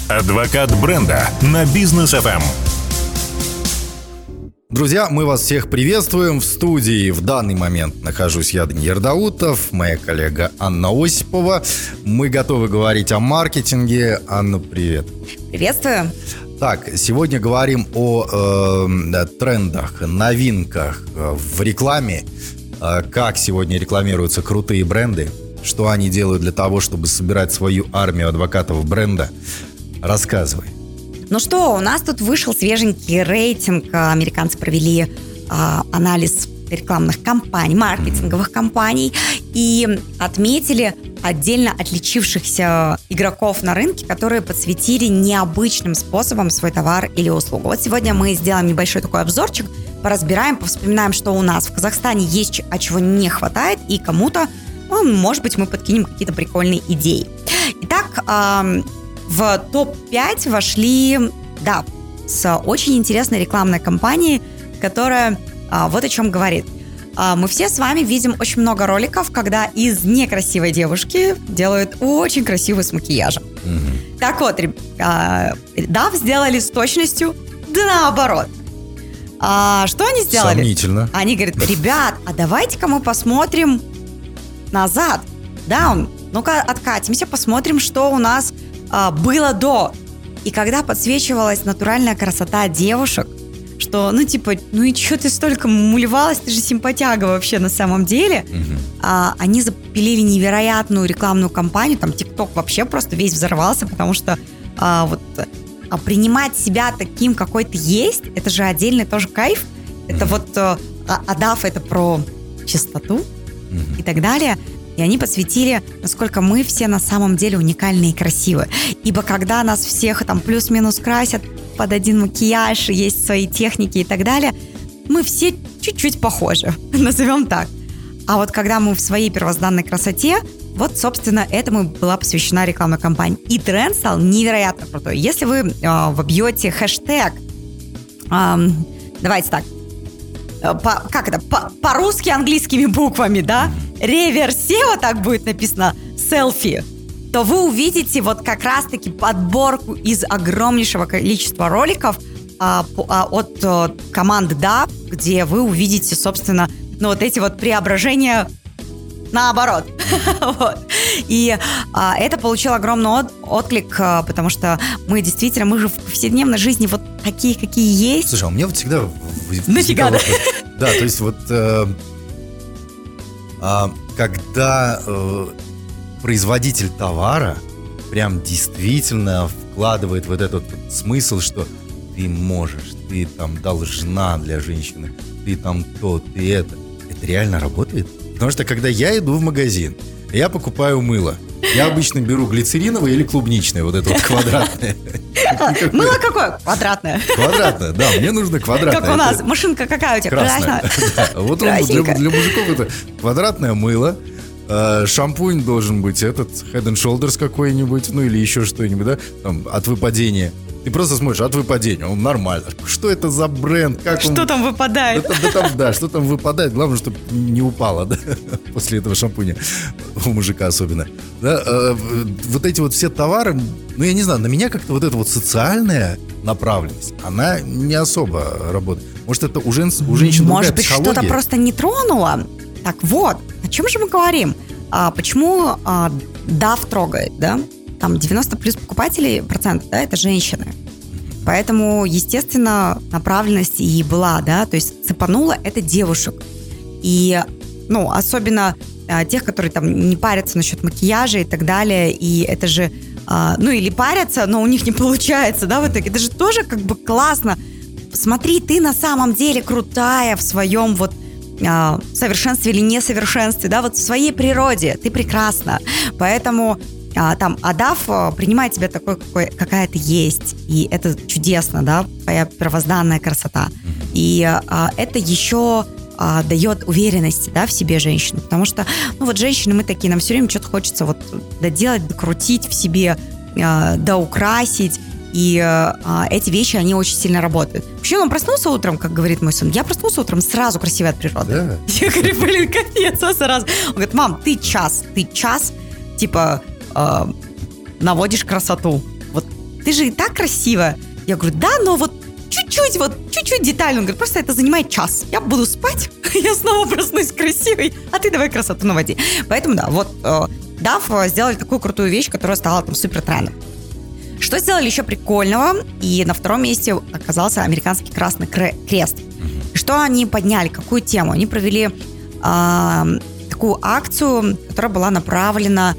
Адвокат бренда на Бизнес ФМ. Друзья, мы вас всех приветствуем. В студии в данный момент нахожусь я, Даниил Даутов, моя коллега Анна Осипова. Мы готовы говорить о маркетинге. Анна, привет. Приветствую. Так, сегодня говорим о трендах, новинках в рекламе. Как сегодня рекламируются крутые бренды, что они делают для того, чтобы собирать свою армию адвокатов бренда. Рассказывай. Ну что, у нас тут вышел свеженький рейтинг. Американцы провели анализ рекламных кампаний, маркетинговых кампаний и отметили отдельно отличившихся игроков на рынке, которые подсветили необычным способом свой товар или услугу. Вот сегодня мы сделаем небольшой такой обзорчик, поразбираем, повспоминаем, что у нас в Казахстане есть, а чего не хватает, и кому-то, может быть, мы подкинем какие-то прикольные идеи. Итак, в топ-5 вошли, с очень интересной рекламной кампанией, которая вот о чем говорит. Мы все с вами видим очень много роликов, когда из некрасивой девушки делают очень красивую с макияжем. Mm-hmm. Так вот, DAF сделали с точностью наоборот. Что они сделали? Сомнительно. Они говорят: ребят, а давайте-ка мы посмотрим назад. Даун. Ну-ка откатимся, посмотрим, что у нас было до. И когда подсвечивалась натуральная красота девушек, что, ну и что ты столько мулевалась, ты же симпатяга вообще на самом деле. Они запилили невероятную рекламную кампанию, там ТикТок вообще просто весь взорвался, потому что принимать себя таким, какой ты есть, это же отдельный тоже кайф. Это DAF это про чистоту и так далее. И они подсветили, насколько мы все на самом деле уникальны и красивы. Ибо когда нас всех там плюс-минус красят под один макияж, есть свои техники и так далее, мы все чуть-чуть похожи, назовем так. А вот когда мы в своей первозданной красоте, вот, собственно, этому была посвящена рекламная кампания. И тренд стал невероятно крутой. Если вы вобьете хэштег, давайте так, по-русски английскими буквами, да, реверсе, вот так будет написано, селфи, то вы увидите вот как раз-таки подборку из огромнейшего количества роликов от команды DAF, где вы увидите, собственно, вот эти вот преображения наоборот. И это получило огромный отклик, потому что мы же в повседневной жизни вот такие, какие есть. Слушай, а у меня вот всегда... Нафига, да? Да, то есть вот когда производитель товара прям действительно вкладывает вот этот вот смысл, что ты можешь, ты там должна для женщины, ты там то, ты это реально работает? Потому что когда я иду в магазин, я покупаю мыло. Я обычно беру глицериновое или клубничное, вот это вот квадратное. Мыло какое? Квадратное. Квадратное, да, мне нужно квадратное. Как у нас. Машинка какая у тебя? Красная. Вот для мужиков это квадратное мыло. Шампунь должен быть этот Head and Shoulders какой-нибудь, ну или еще что-нибудь, да, там, от выпадения. Ты просто смотришь, от выпадения, он нормально. Что это за бренд? Что там выпадает? Что там выпадает? Главное, чтобы не упало, да, после этого шампуня. У мужика особенно. Да, вот эти вот все товары, ну, я не знаю, на меня как-то вот эта вот социальная направленность, она не особо работает. Может, это у женщин другая психология? Может быть, что-то просто не тронуло? Так вот, о чем же мы говорим? Почему DAF трогает, да? Там 90 плюс покупателей процентов, да, это женщины. Поэтому, естественно, направленность и была, да, то есть цепанула это девушек. И, особенно тех, которые там не парятся насчет макияжа и так далее, и это же, или парятся, но у них не получается, да, в итоге. Это же тоже как бы классно. Смотри, ты на самом деле крутая в своем вот совершенстве или несовершенстве, да, вот в своей природе, ты прекрасна. Поэтому DAF принимает тебя такой, какая ты есть. И это чудесно, да, твоя первозданная красота. И это еще дает уверенности, да, в себе женщины. Потому что, женщины мы такие, нам все время что-то хочется доделать, докрутить в себе, доукрасить. И эти вещи, они очень сильно работают. Почему он проснулся утром, как говорит мой сын? Я проснулся утром сразу красивый от природы. Да. Я говорю, капец, сразу. Он говорит, мам, ты час, наводишь красоту. Вот ты же и так красивая. Я говорю, да, но вот чуть-чуть детально. Он говорит, просто это занимает час. Я буду спать, я снова проснусь красивой, а ты давай красоту наводи. Поэтому да, вот Dove сделали такую крутую вещь, которая стала там супер трендом. Что сделали еще прикольного? И на втором месте оказался американский Красный Крест. Что они подняли? Какую тему? Они провели такую акцию, которая была направлена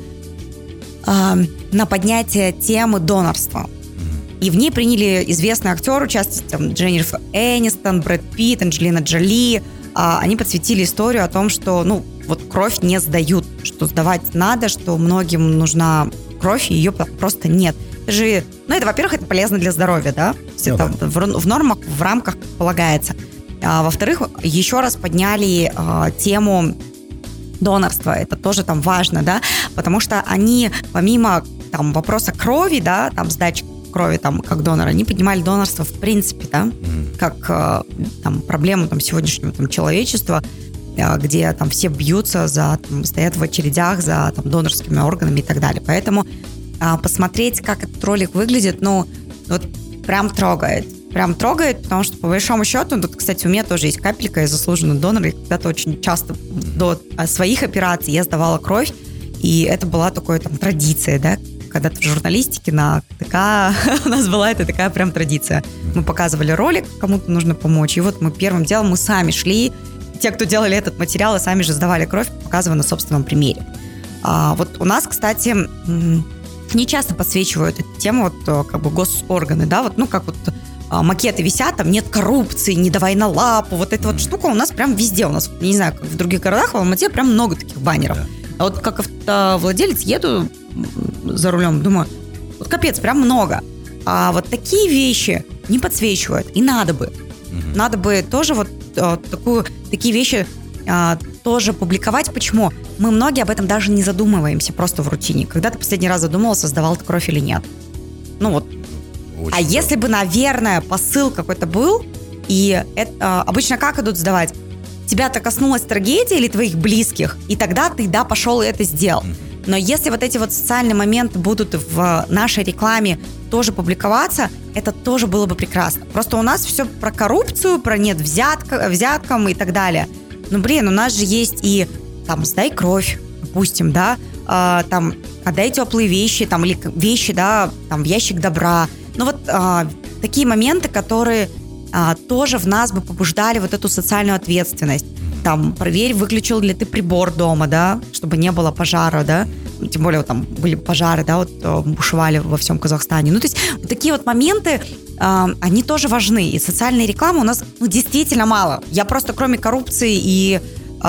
на поднятие темы донорства. И в ней приняли известные актеры, участие там Дженнифер Энистон, Брэд Питт, Анджелина Джоли. Они подсветили историю о том, что вот кровь не сдают, что сдавать надо, что многим нужна кровь, и ее просто нет. Это, во-первых, это полезно для здоровья, да? Все там в нормах, в рамках, как полагается. Во-вторых, еще раз подняли тему донорства. Это тоже там важно, да? Потому что они, помимо там вопроса крови, да, там сдачи крови там как донора, они поднимали донорство в принципе, да, как там проблему там сегодняшнего там человечества, где там все бьются стоят в очередях за там донорскими органами и так далее. Поэтому посмотреть, как этот ролик выглядит, вот прям трогает. Потому что, по большому счету, тут, кстати, у меня тоже есть капелька, я заслуженный донор, и когда-то очень часто до своих операций я сдавала кровь, и это была такой там традиция, да, когда-то в журналистике на КТК у нас была это такая прям традиция. Мы показывали ролик, кому-то нужно помочь, и вот мы первым делом мы сами шли, те, кто делали этот материал, и сами же сдавали кровь, показывая на собственном примере. Вот у нас, кстати, не часто подсвечивают эту тему, вот как бы госорганы, да, вот, как вот макеты висят, там нет коррупции, не давай на лапу, вот эта вот штука у нас прям везде, у нас, не знаю, как в других городах, в Алмате прям много таких баннеров. А вот как автовладелец еду за рулем, думаю, вот капец, прям много. А вот такие вещи не подсвечивают, и надо бы. Надо бы тоже вот такие вещи тоже публиковать. Почему? Мы многие об этом даже не задумываемся просто в рутине. Когда ты последний раз задумывался, сдавал ты кровь или нет? Очень если бы, наверное, посыл какой-то был, и обычно как идут сдавать? Тебя-то коснулась трагедия или твоих близких, и тогда ты, пошел и это сделал. Но если вот эти вот социальные моменты будут в нашей рекламе тоже публиковаться, это тоже было бы прекрасно. Просто у нас все про коррупцию, про нет взяткам и так далее. У нас же есть и там сдай кровь, допустим, да, там отдай теплые вещи, там или вещи, да, там в ящик добра. Такие моменты, которые тоже в нас бы побуждали вот эту социальную ответственность. Там, проверь, выключил ли ты прибор дома, да, чтобы не было пожара, да. Тем более, там были пожары, да, бушевали во всем Казахстане. То есть, вот такие вот моменты, они тоже важны. И социальной рекламы у нас, действительно мало. Я просто, кроме коррупции и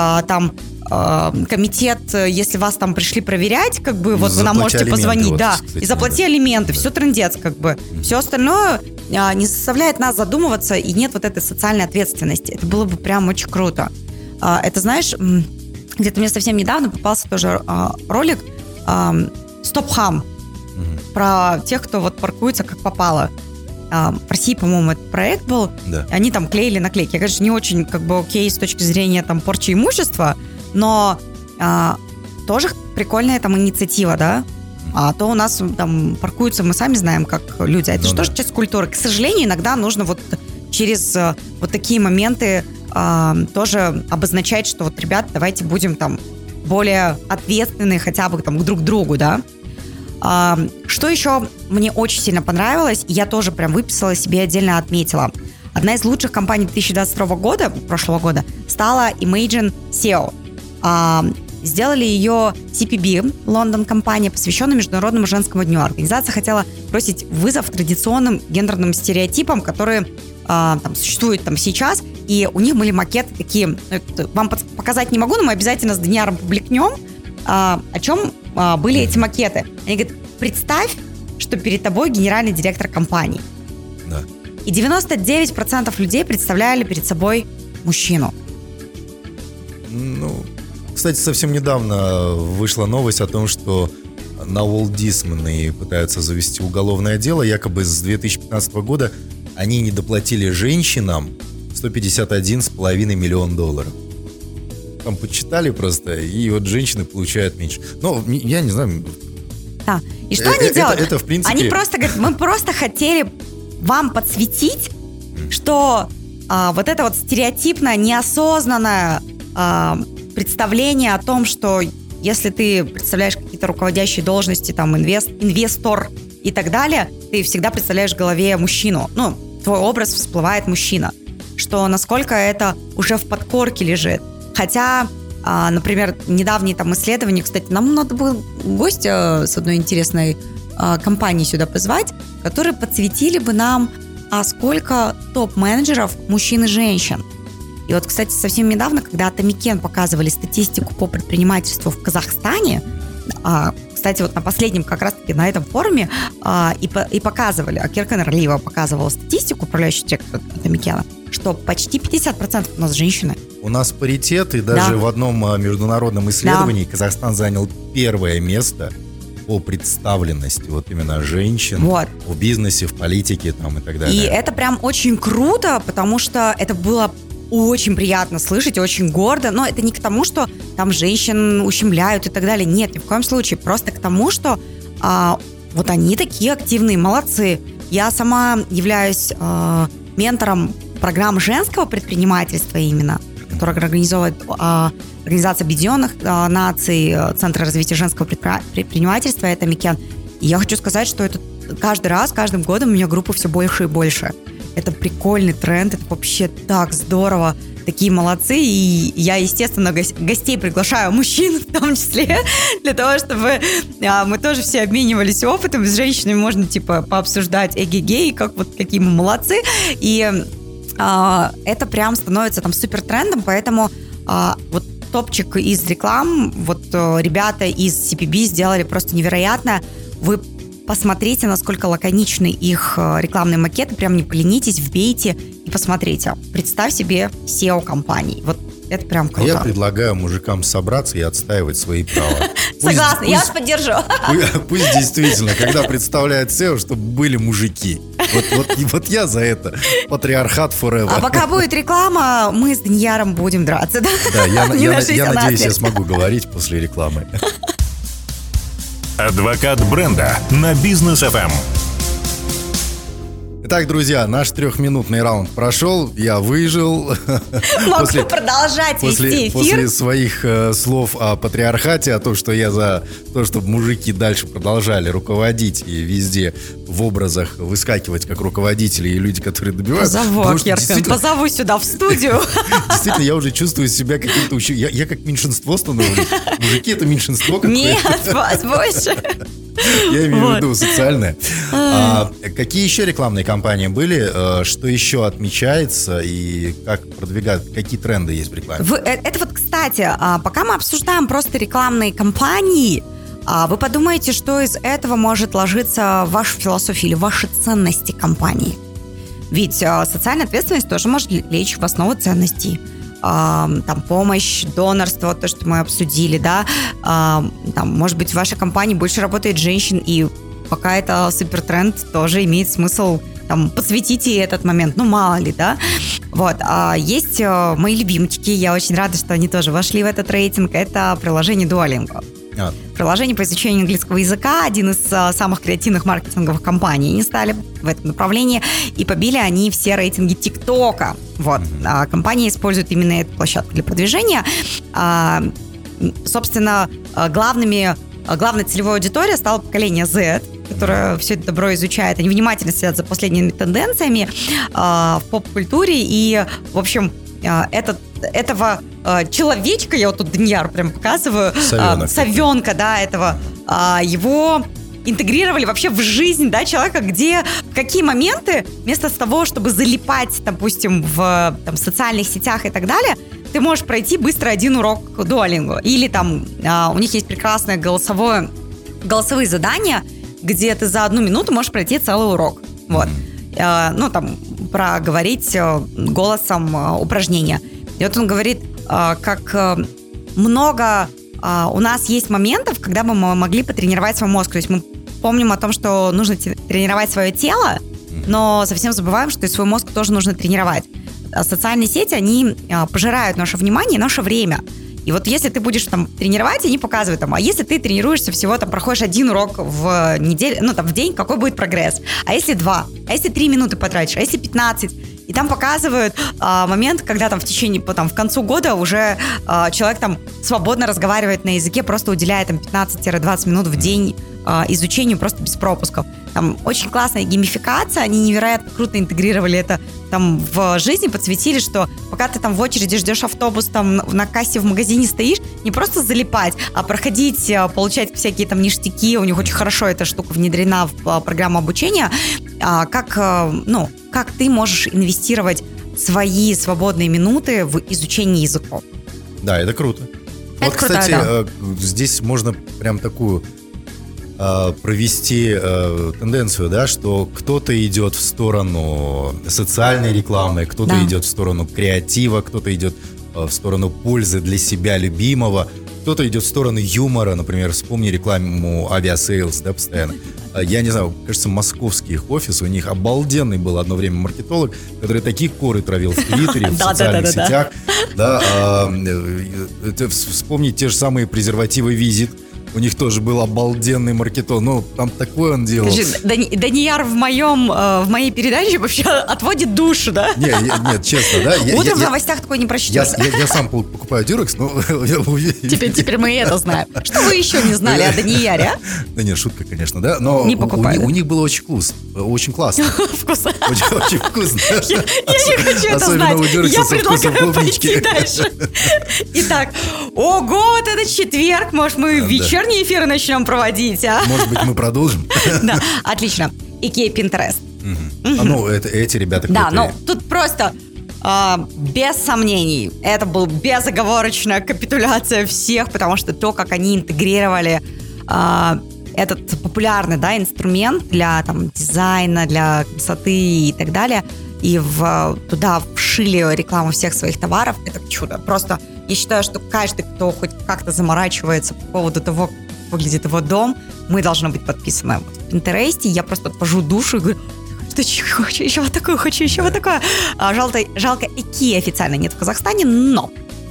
комитет, если вас там пришли проверять, как бы, вот вы нам можете позвонить, и заплати алименты, все трындец, как бы. Все остальное не заставляет нас задумываться, и нет вот этой социальной ответственности. Это было бы прям очень круто. Это, знаешь, где-то мне совсем недавно попался тоже ролик «Стоп-хам», про тех, кто вот паркуется как попало. В России, по-моему, этот проект был. Да. Они там клеили наклейки. Я, конечно, не очень как бы окей с точки зрения там порчи имущества, но тоже прикольная там инициатива, да? А то у нас там паркуются, мы сами знаем, как люди. А это же тоже часть культуры. К сожалению, иногда нужно вот через вот такие моменты тоже обозначать, что вот, ребят, давайте будем там более ответственны хотя бы там друг к другу, да? Что еще мне очень сильно понравилось, и я тоже прям выписала себе, отдельно отметила. Одна из лучших компаний 2022 года, прошлого года, стала Imagine SEO. Сделали ее CPB, Лондон компания, посвященная Международному женскому дню. Организация хотела бросить вызов традиционным гендерным стереотипам, которые там существуют там сейчас, и у них были макеты такие, вам показать не могу, но мы обязательно с Данияром публикнем, о чем были эти макеты. Они говорят, представь, что перед тобой генеральный директор компании. Да. И 99% людей представляли перед собой мужчину. Кстати, совсем недавно вышла новость о том, что на Walt Disney пытаются завести уголовное дело. Якобы с 2015 года они не доплатили женщинам $151,5 миллиона. Там подсчитали просто, и вот женщины получают меньше. Но я не знаю, Да. И что они делают? Это, в принципе... Они просто говорят, мы просто хотели вам подсветить, что вот это вот стереотипное, неосознанное представление о том, что если ты представляешь какие-то руководящие должности, там, инвестор и так далее, ты всегда представляешь в голове мужчину. Ну, твой образ всплывает мужчина. Что насколько это уже в подкорке лежит. Хотя, например, недавние там исследования, кстати, нам надо было гостя с одной интересной компании сюда позвать, которые подсветили бы нам, сколько топ-менеджеров мужчин и женщин. И вот, кстати, совсем недавно, когда Атамикен показывали статистику по предпринимательству в Казахстане, кстати, вот на последнем как раз-таки на этом форуме и показывали, Киркен Эрлиева показывала статистику, управляющий директор Атамикена, что почти 50% у нас женщины. У нас паритет, и даже в одном международном исследовании Казахстан занял первое место по представленности вот именно женщин в бизнесе, в политике там, и так далее. И это прям очень круто, потому что это было очень приятно слышать, очень гордо. Но это не к тому, что там женщин ущемляют и так далее. Нет, ни в коем случае. Просто к тому, что вот они такие активные, молодцы. Я сама являюсь ментором программ женского предпринимательства именно, которую организовывает Организация Объединенных Наций, Центр развития женского предпринимательства, это Микен. И я хочу сказать, что это каждый раз, каждым годом у меня группа все больше и больше. Это прикольный тренд, это вообще так здорово. Такие молодцы, и я, естественно, гостей приглашаю, мужчин в том числе, для того, чтобы мы тоже все обменивались опытом. С женщинами можно, типа, пообсуждать эгегей, какие мы молодцы. И это прям становится там супер трендом, поэтому вот топчик из реклам, вот ребята из CPB сделали просто невероятно. Вы посмотрите, насколько лаконичны их рекламные макеты, прям не поленитесь, вбейте и посмотрите. Представь себе SEO компании. Вот это прям круто. Я предлагаю мужикам собраться и отстаивать свои права. Согласна, я вас поддержу. Пусть действительно, когда представляют SEO, чтобы были мужики. Вот я за это. Патриархат forever. А пока будет реклама, мы с Данияром будем драться, да? Да, я надеюсь, я смогу говорить после рекламы. Адвокат бренда на Бизнес FM. Итак, друзья, наш 3-минутный раунд прошел, я выжил. Могу продолжать вести эфир. После своих слов о патриархате, о том, что я за то, чтобы мужики дальше продолжали руководить и везде в образах выскакивать как руководители и люди, которые добиваются. Позову сюда в студию. Действительно, я уже чувствую себя каким-то... Я как меньшинство становлюсь. Мужики — это меньшинство какое-то. Нет, вас больше. Я имею в виду социальное. Какие еще рекламные кампании были? Что еще отмечается и как продвигают? Какие тренды есть в рекламе? Это вот, кстати, пока мы обсуждаем просто рекламные кампании, вы подумаете, что из этого может ложиться в вашу философию или в ваши ценности компании. Ведь социальная ответственность тоже может лечь в основу ценностей. Там помощь, донорство, то, что мы обсудили, да, там, может быть, в вашей компании больше работает женщин, и пока это супертренд, тоже имеет смысл там посвятите этот момент, ну, мало ли, да. Вот, есть мои любимчики, я очень рада, что они тоже вошли в этот рейтинг, это приложение Duolingo. Приложение по изучению английского языка, один из самых креативных маркетинговых компаний. Они стали в этом направлении, и побили они все рейтинги ТикТока. Вот. Компания использует именно эту площадку для продвижения. Собственно, главной целевой аудиторией стало поколение Z, которое все это добро изучает. Они внимательно следят за последними тенденциями в поп-культуре. И, в общем, этого человечка, я вот тут Данияру прям показываю, совенка, да, этого, его интегрировали вообще в жизнь, да, человека, где в какие моменты вместо того, чтобы залипать, допустим, в социальных сетях и так далее, ты можешь пройти быстро один урок Duolingo. Или там у них есть прекрасное голосовые задания, где ты за 1 минуту можешь пройти целый урок. Вот. Ну, там, проговорить голосом упражнения. И вот он говорит, как много у нас есть моментов, когда мы могли потренировать свой мозг. То есть мы помним о том, что нужно тренировать свое тело, но совсем забываем, что и свой мозг тоже нужно тренировать. Социальные сети, они пожирают наше внимание и наше время. И вот если ты будешь там тренировать, они показывают там, а если ты тренируешься всего, там, проходишь 1 урок в неделю, ну, там, в день, какой будет прогресс? А если 2? А если 3 минуты потратишь? А если 15? И там показывают момент, когда там в течение, там, в концу года уже человек там свободно разговаривает на языке, просто уделяя там 15-20 минут в день изучению просто без пропусков. Там очень классная геймификация, они невероятно круто интегрировали это там в жизни, подсветили, что пока ты там в очереди ждешь автобус, там на кассе в магазине стоишь, не просто залипать, а проходить, получать всякие там ништяки, у них очень хорошо эта штука внедрена в программу обучения, как ты можешь инвестировать свои свободные минуты в изучение языков. Да, это круто. Это вот, круто, кстати, да. Здесь можно прям такую провести тенденцию, да, что кто-то идет в сторону социальной рекламы, кто-то идет в сторону креатива, кто-то идет в сторону пользы для себя любимого, кто-то идет в сторону юмора, например, вспомни рекламу Aviasales, да, постоянно. Я не знаю, кажется, московский их офис, у них обалденный был одно время маркетолог, который такие коры травил в Твиттере, в социальных сетях. Вспомни те же самые презервативы «Визит». У них тоже был обалденный маркетолог. Ну, там такой он делал. Данияр в моей передаче вообще отводит душу, да? Нет, честно, да. Утром в новостях такое не прочтешь. Я сам покупаю Дюрекс, но... Теперь мы это знаем. Что вы еще не знали о Данияре, а? Да нет, шутка, конечно, да. Но не покупаю. У них было очень классно. Вкусно. Очень вкусно. Я не хочу это знать. Я предлагаю пойти дальше. Итак, ого, вот это четверг. Может, мы вечерний эфир начнем проводить, а? Может быть, мы продолжим? Да, отлично. IKEA Pinterest. Ну, эти ребята крутые. Да, ну, тут просто... без сомнений, это была безоговорочная капитуляция всех, потому что то, как они интегрировали этот популярный, да, инструмент для там, дизайна, для красоты и так далее, и туда вшили рекламу всех своих товаров, это чудо. Просто я считаю, что каждый, кто хоть как-то заморачивается по поводу того, как выглядит его дом, мы должны быть подписаны. Вот в Pinterest я просто отвожу душу и говорю: хочу еще вот такое, хочу еще вот такое. Жалко, IKEA официально нет в Казахстане, но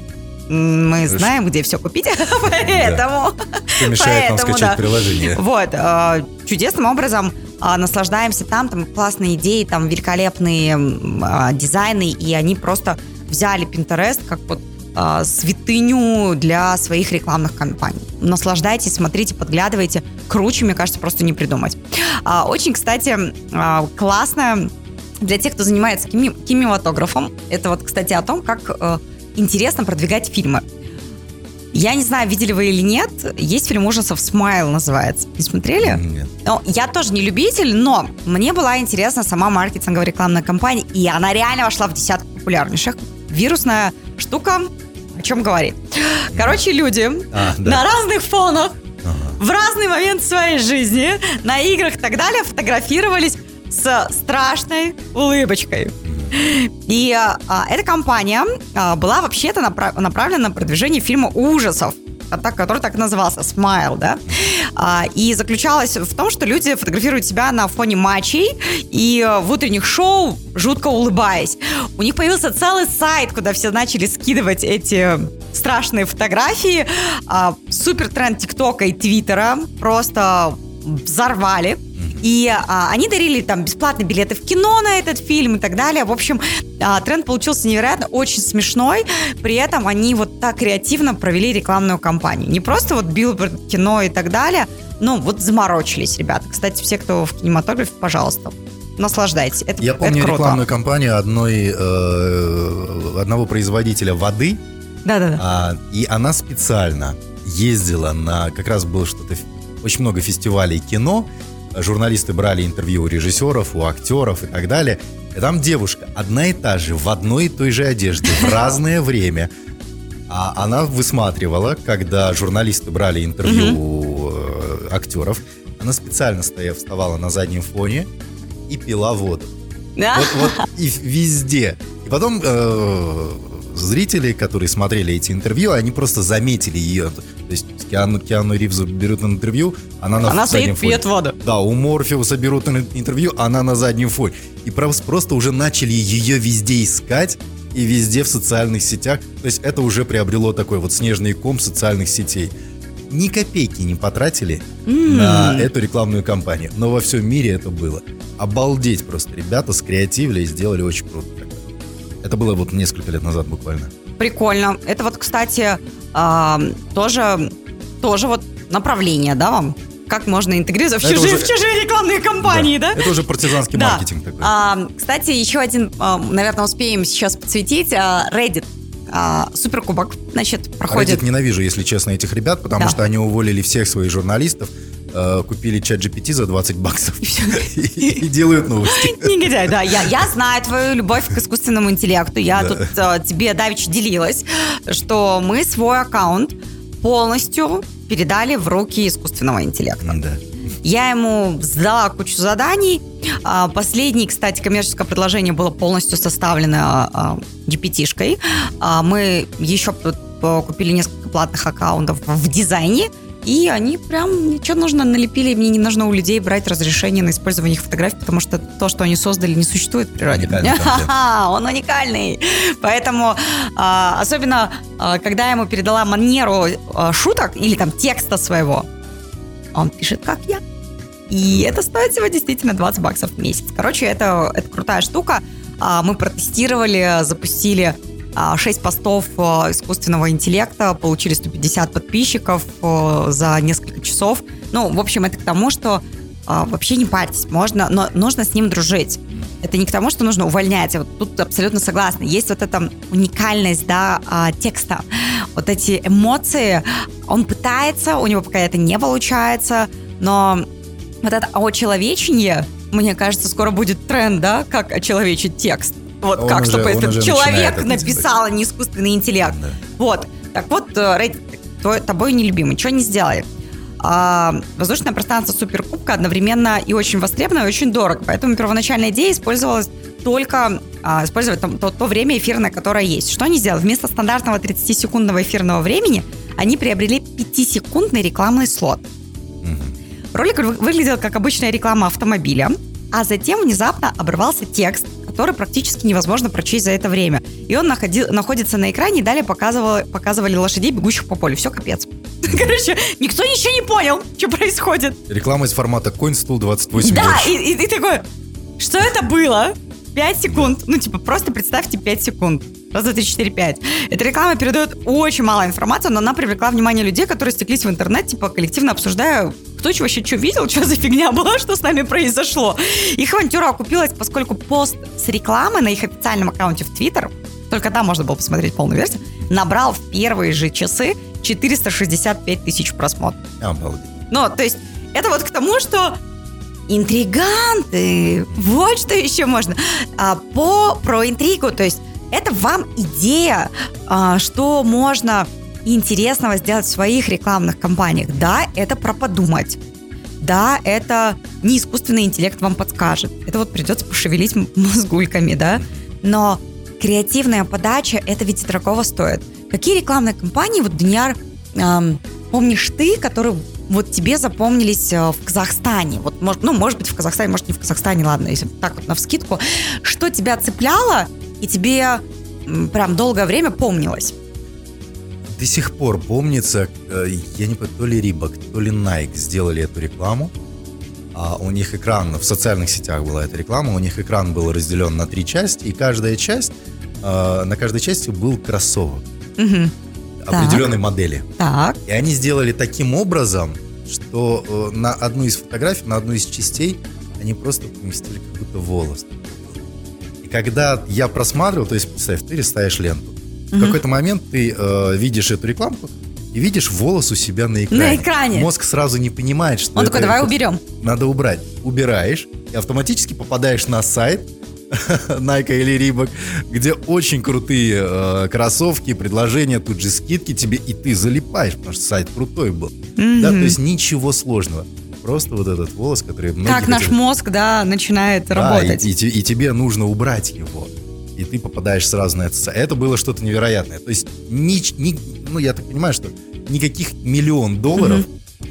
мы знаем, где все купить, поэтому... Что мешает нам скачать приложение? Вот, чудесным образом наслаждаемся там классные идеи, там великолепные дизайны, и они просто взяли Pinterest как вот святыню для своих рекламных кампаний. Наслаждайтесь, смотрите, подглядывайте. Круче, мне кажется, просто не придумать. Очень, кстати, классно для тех, кто занимается кинематографом. Это вот, кстати, о том, как интересно продвигать фильмы. Я не знаю, видели вы или нет. Есть фильм ужасов «Смайл» называется. Не смотрели? Нет. Ну, я тоже не любитель, но мне была интересна сама маркетинговая рекламная кампания, и она реально вошла в десятку популярнейших. Вирусная штука о чем говорит. Короче, люди на разных фонах, в разный момент своей жизни, на играх и так далее фотографировались с страшной улыбочкой. И эта кампания была вообще-то направлена на продвижение фильма ужасов, который так и назывался, «Смайл», да? И заключалась в том, что люди фотографируют себя на фоне матчей и в утренних шоу, жутко улыбаясь. У них появился целый сайт, куда все начали скидывать эти страшные фотографии. Супер тренд ТикТока и Твиттера просто взорвали. И они дарили там бесплатные билеты в кино на этот фильм и так далее. В общем, тренд получился невероятно, очень смешной. При этом они вот так креативно провели рекламную кампанию. Не просто вот билборд, кино и так далее, но вот заморочились ребята. Кстати, все, кто в кинематографе, пожалуйста, наслаждайтесь. Я помню рекламную кампанию одного производителя воды. Да-да-да. И она специально ездила на... Как раз было что-то... Очень много фестивалей кино. Журналисты брали интервью у режиссеров, у актеров и так далее. И там девушка одна и та же, в одной и той же одежде, в разное время. А она высматривала, когда журналисты брали интервью у актеров. Она специально вставала на заднем фоне и пила воду. Вот и везде. И потом зрители, которые смотрели эти интервью, они просто заметили ее. То есть Киану Ривзу берут на интервью, она на заднем фоне пьет воду. Да, у Морфеуса берут интервью, она на заднем фоне. И просто уже начали ее везде искать и везде в социальных сетях. То есть это уже приобрело такой вот снежный ком социальных сетей. Ни копейки не потратили на эту рекламную кампанию, но во всем мире это было. Обалдеть просто. Ребята скреативили и сделали очень круто. Это было вот несколько лет назад буквально. Прикольно. Это вот, кстати, тоже вот направление, да, вам? Как можно интегрироваться в чужие рекламные кампании, да? Это уже партизанский маркетинг такой. Кстати, еще один, наверное, успеем сейчас подсветить. Reddit. Суперкубок, значит, проходит. Reddit ненавижу, если честно, этих ребят, потому что они уволили всех своих журналистов, купили ChatGPT за $20 и делают новости. Негодяй, да. Я знаю твою любовь к искусственному интеллекту. Я тут тебе давеча делилась, что мы свой аккаунт полностью передали в руки искусственного интеллекта. Да. Я ему сдала кучу заданий. Последнее, кстати, коммерческое предложение было полностью составлено GPT-шкой. Мы еще купили несколько платных аккаунтов в дизайне. И они прям ничего нужно налепили. Мне не нужно у людей брать разрешение на использование их фотографий, потому что то, что они создали, не существует в природе. Он уникальный. Поэтому, особенно, когда я ему передала манеру шуток или там текста своего, он пишет, как я. И это стоит всего действительно $20 в месяц. Короче, это крутая штука. Мы протестировали, запустили 6 постов искусственного интеллекта, получили 150 подписчиков за несколько часов. Ну, в общем, это к тому, что вообще не парьтесь, можно, но нужно с ним дружить. Это не к тому, что нужно увольнять. Я вот тут абсолютно согласна. Есть вот эта уникальность, да, текста. Вот эти эмоции. Он пытается, у него пока это не получается, но вот это очеловечение, мне кажется, скоро будет тренд, да, как очеловечить текст. Вот как, чтобы этот человек написал, а не искусственный интеллект. Да. Вот. Так вот, Reddit, тобой нелюбимый. Что не сделали? Воздушное пространство Суперкубка одновременно и очень востребовано, и очень дорого. Поэтому первоначальная идея использовалась только использовать то время эфирное, которое есть. Что они сделали? Вместо стандартного 30-секундного эфирного времени они приобрели 5-секундный рекламный слот. Ролик выглядел как обычная реклама автомобиля, а затем внезапно обрывался текст, который практически невозможно прочесть за это время. И он находится на экране, и далее показывали лошадей, бегущих по полю. Все, капец. Короче, никто ничего не понял, что происходит. Реклама из формата «Конь, стул, 28 да, больше». И такой, что это было? 5 секунд. Ну, типа, просто представьте 5 секунд. Раз, два, три, четыре, 5. Эта реклама передает очень мало информации, но она привлекла внимание людей, которые стеклись в интернет, типа, коллективно обсуждая, кто вообще что видел, что за фигня была, что с нами произошло. Их авантюра окупилась, поскольку пост с рекламы на их официальном аккаунте в Твиттер, только там можно было посмотреть полную версию, набрал в первые же часы 465 тысяч просмотров. Обалдеть. Ну, то есть, это вот к тому, что интриганты, вот что еще можно. Про интригу, то есть, это вам идея, что можно интересного сделать в своих рекламных кампаниях. Да, это про подумать. Да, это не искусственный интеллект вам подскажет. Это вот придется пошевелить мозгульками, да. Но креативная подача, это ведь дорого стоит. Какие рекламные кампании, вот, Данияр, помнишь ты, которые вот тебе запомнились в Казахстане? Вот, может быть, в Казахстане, может, не в Казахстане, ладно, если так вот навскидку. Что тебя цепляло и тебе прям долгое время помнилось? До сих пор помнится, я не помню, то ли Reebok, то ли Nike сделали эту рекламу. У них экран, в социальных сетях была эта реклама, у них экран был разделен на 3 части, и каждая часть, на каждой части был кроссовок определенной модели. Так. И они сделали таким образом, что на одну из фотографий, на одну из частей они просто поместили как будто волос. И когда я просматривал, то есть, представь, ты листаешь ленту, в какой-то момент ты видишь эту рекламку и видишь волос у себя на экране. На экране. Мозг сразу не понимает, что он такой, давай уберем. Надо убрать. Убираешь и автоматически попадаешь на сайт Nike или Reebok, где очень крутые кроссовки, предложения, тут же скидки тебе, и ты залипаешь, потому что сайт крутой был. Да, то есть ничего сложного. Просто вот этот волос, который... Как наш мозг, да, начинает работать. И тебе нужно убрать его. И ты попадаешь сразу на это. Это было что-то невероятное. То есть, я так понимаю, что никаких $1 000 000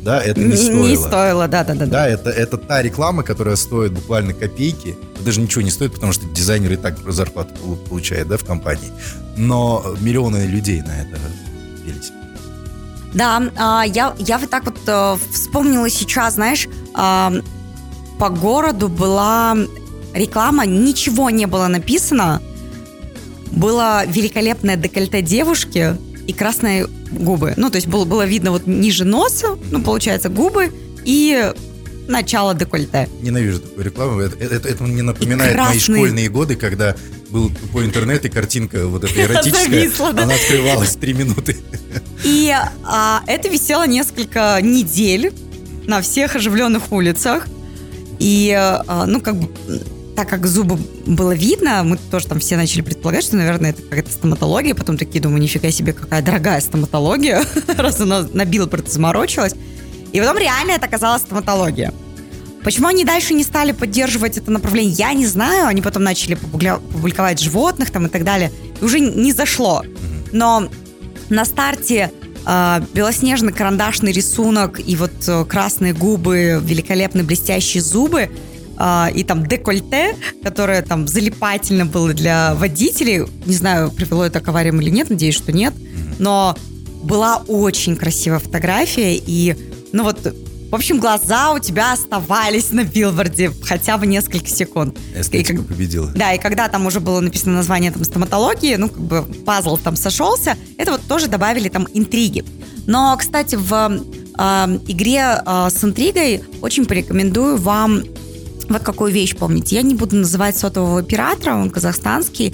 да, это не стоило. Не стоило, да. Да, это та реклама, которая стоит буквально копейки. Даже ничего не стоит, потому что дизайнер и так зарплату получает, да, в компании. Но миллионы людей на это велись. Да, я вот так вот вспомнила сейчас, знаешь, по городу была реклама, ничего не было написано. Было великолепное декольте девушки и красные губы. Ну, то есть было видно вот ниже носа, ну, получается, губы и начало декольте. Ненавижу такую рекламу. Это мне напоминает мои школьные годы, когда был тупой интернет, и картинка вот эта эротическая, зависла, да? Она открывалась 3 минуты. И это висело несколько недель на всех оживленных улицах. И, ну, как бы, так как зубы было видно, мы тоже там все начали предполагать, что, наверное, это какая-то стоматология. Потом такие, думаю, нифига себе, какая дорогая стоматология, раз она на билборд заморочилась. И потом реально это оказалась стоматология. Почему они дальше не стали поддерживать это направление, я не знаю. Они потом начали публиковать животных там и так далее. И уже не зашло. Но на старте белоснежный карандашный рисунок и вот красные губы, великолепные блестящие зубы и там декольте, которое там залипательно было для водителей. Не знаю, привело это к авариям или нет, надеюсь, что нет. Но была очень красивая фотография. И, ну вот, в общем, глаза у тебя оставались на билборде хотя бы несколько секунд. Эстетика победила. Да, и когда там уже было написано название там стоматологии, ну, как бы пазл там сошелся, это вот тоже добавили там интриги. Но, кстати, в игре с интригой очень порекомендую вам вот какую вещь помнить. Я не буду называть сотового оператора, он казахстанский.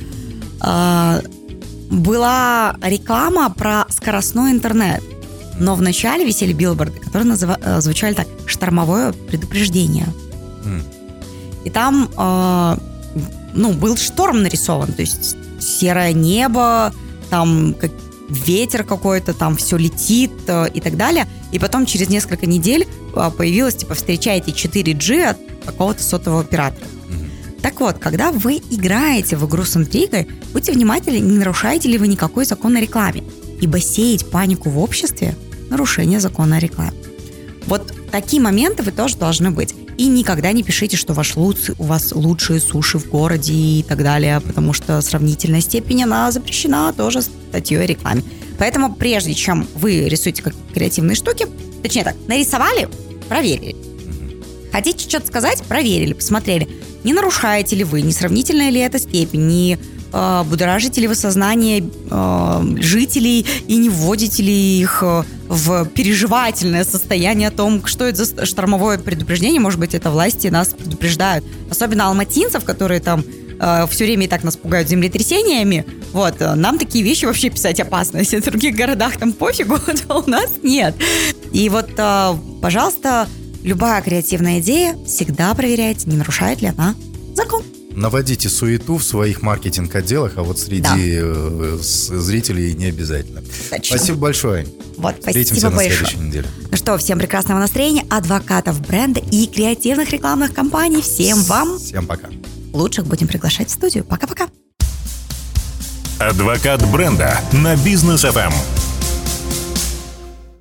Была реклама про скоростной интернет. Но вначале висели билборды, которые звучали так: штормовое предупреждение. И там, ну, был шторм нарисован, то есть серое небо, там ветер какой-то, там все летит и так далее. И потом через несколько недель появилось, типа, встречайте 4G от какого-то сотового оператора. Так вот, когда вы играете в игру с интригой, будьте внимательны, не нарушаете ли вы никакой закон о рекламе. Ибо сеять панику в обществе – нарушение закона о рекламе. Вот такие моменты вы тоже должны быть. И никогда не пишите, что у вас лучшие суши в городе и так далее, потому что сравнительная степень, она запрещена тоже статьей о рекламе. Поэтому прежде чем вы рисуете как креативные штуки, точнее так, нарисовали, проверили. Хотите что-то сказать? Проверили, посмотрели. Не нарушаете ли вы, не сравнительная ли это степень, не будоражите ли вы сознание жителей и не вводите ли их в переживательное состояние о том, что это за штормовое предупреждение. Может быть, это власти нас предупреждают. Особенно алматинцев, которые там все время и так нас пугают землетрясениями. Вот, нам такие вещи вообще писать опасно. Если в других городах там пофигу, то у нас нет. И вот, пожалуйста, любая креативная идея всегда проверяйте, не нарушает ли она закон. Наводите суету в своих маркетинг-отделах, а вот среди зрителей не обязательно. Точно. Спасибо большое. Вот, встретимся на следующей неделе. Ну что, всем прекрасного настроения, адвокатов бренда и креативных рекламных кампаний. Всем вам. Всем пока. Лучших будем приглашать в студию. Пока-пока. Адвокат бренда на Бизнес FM.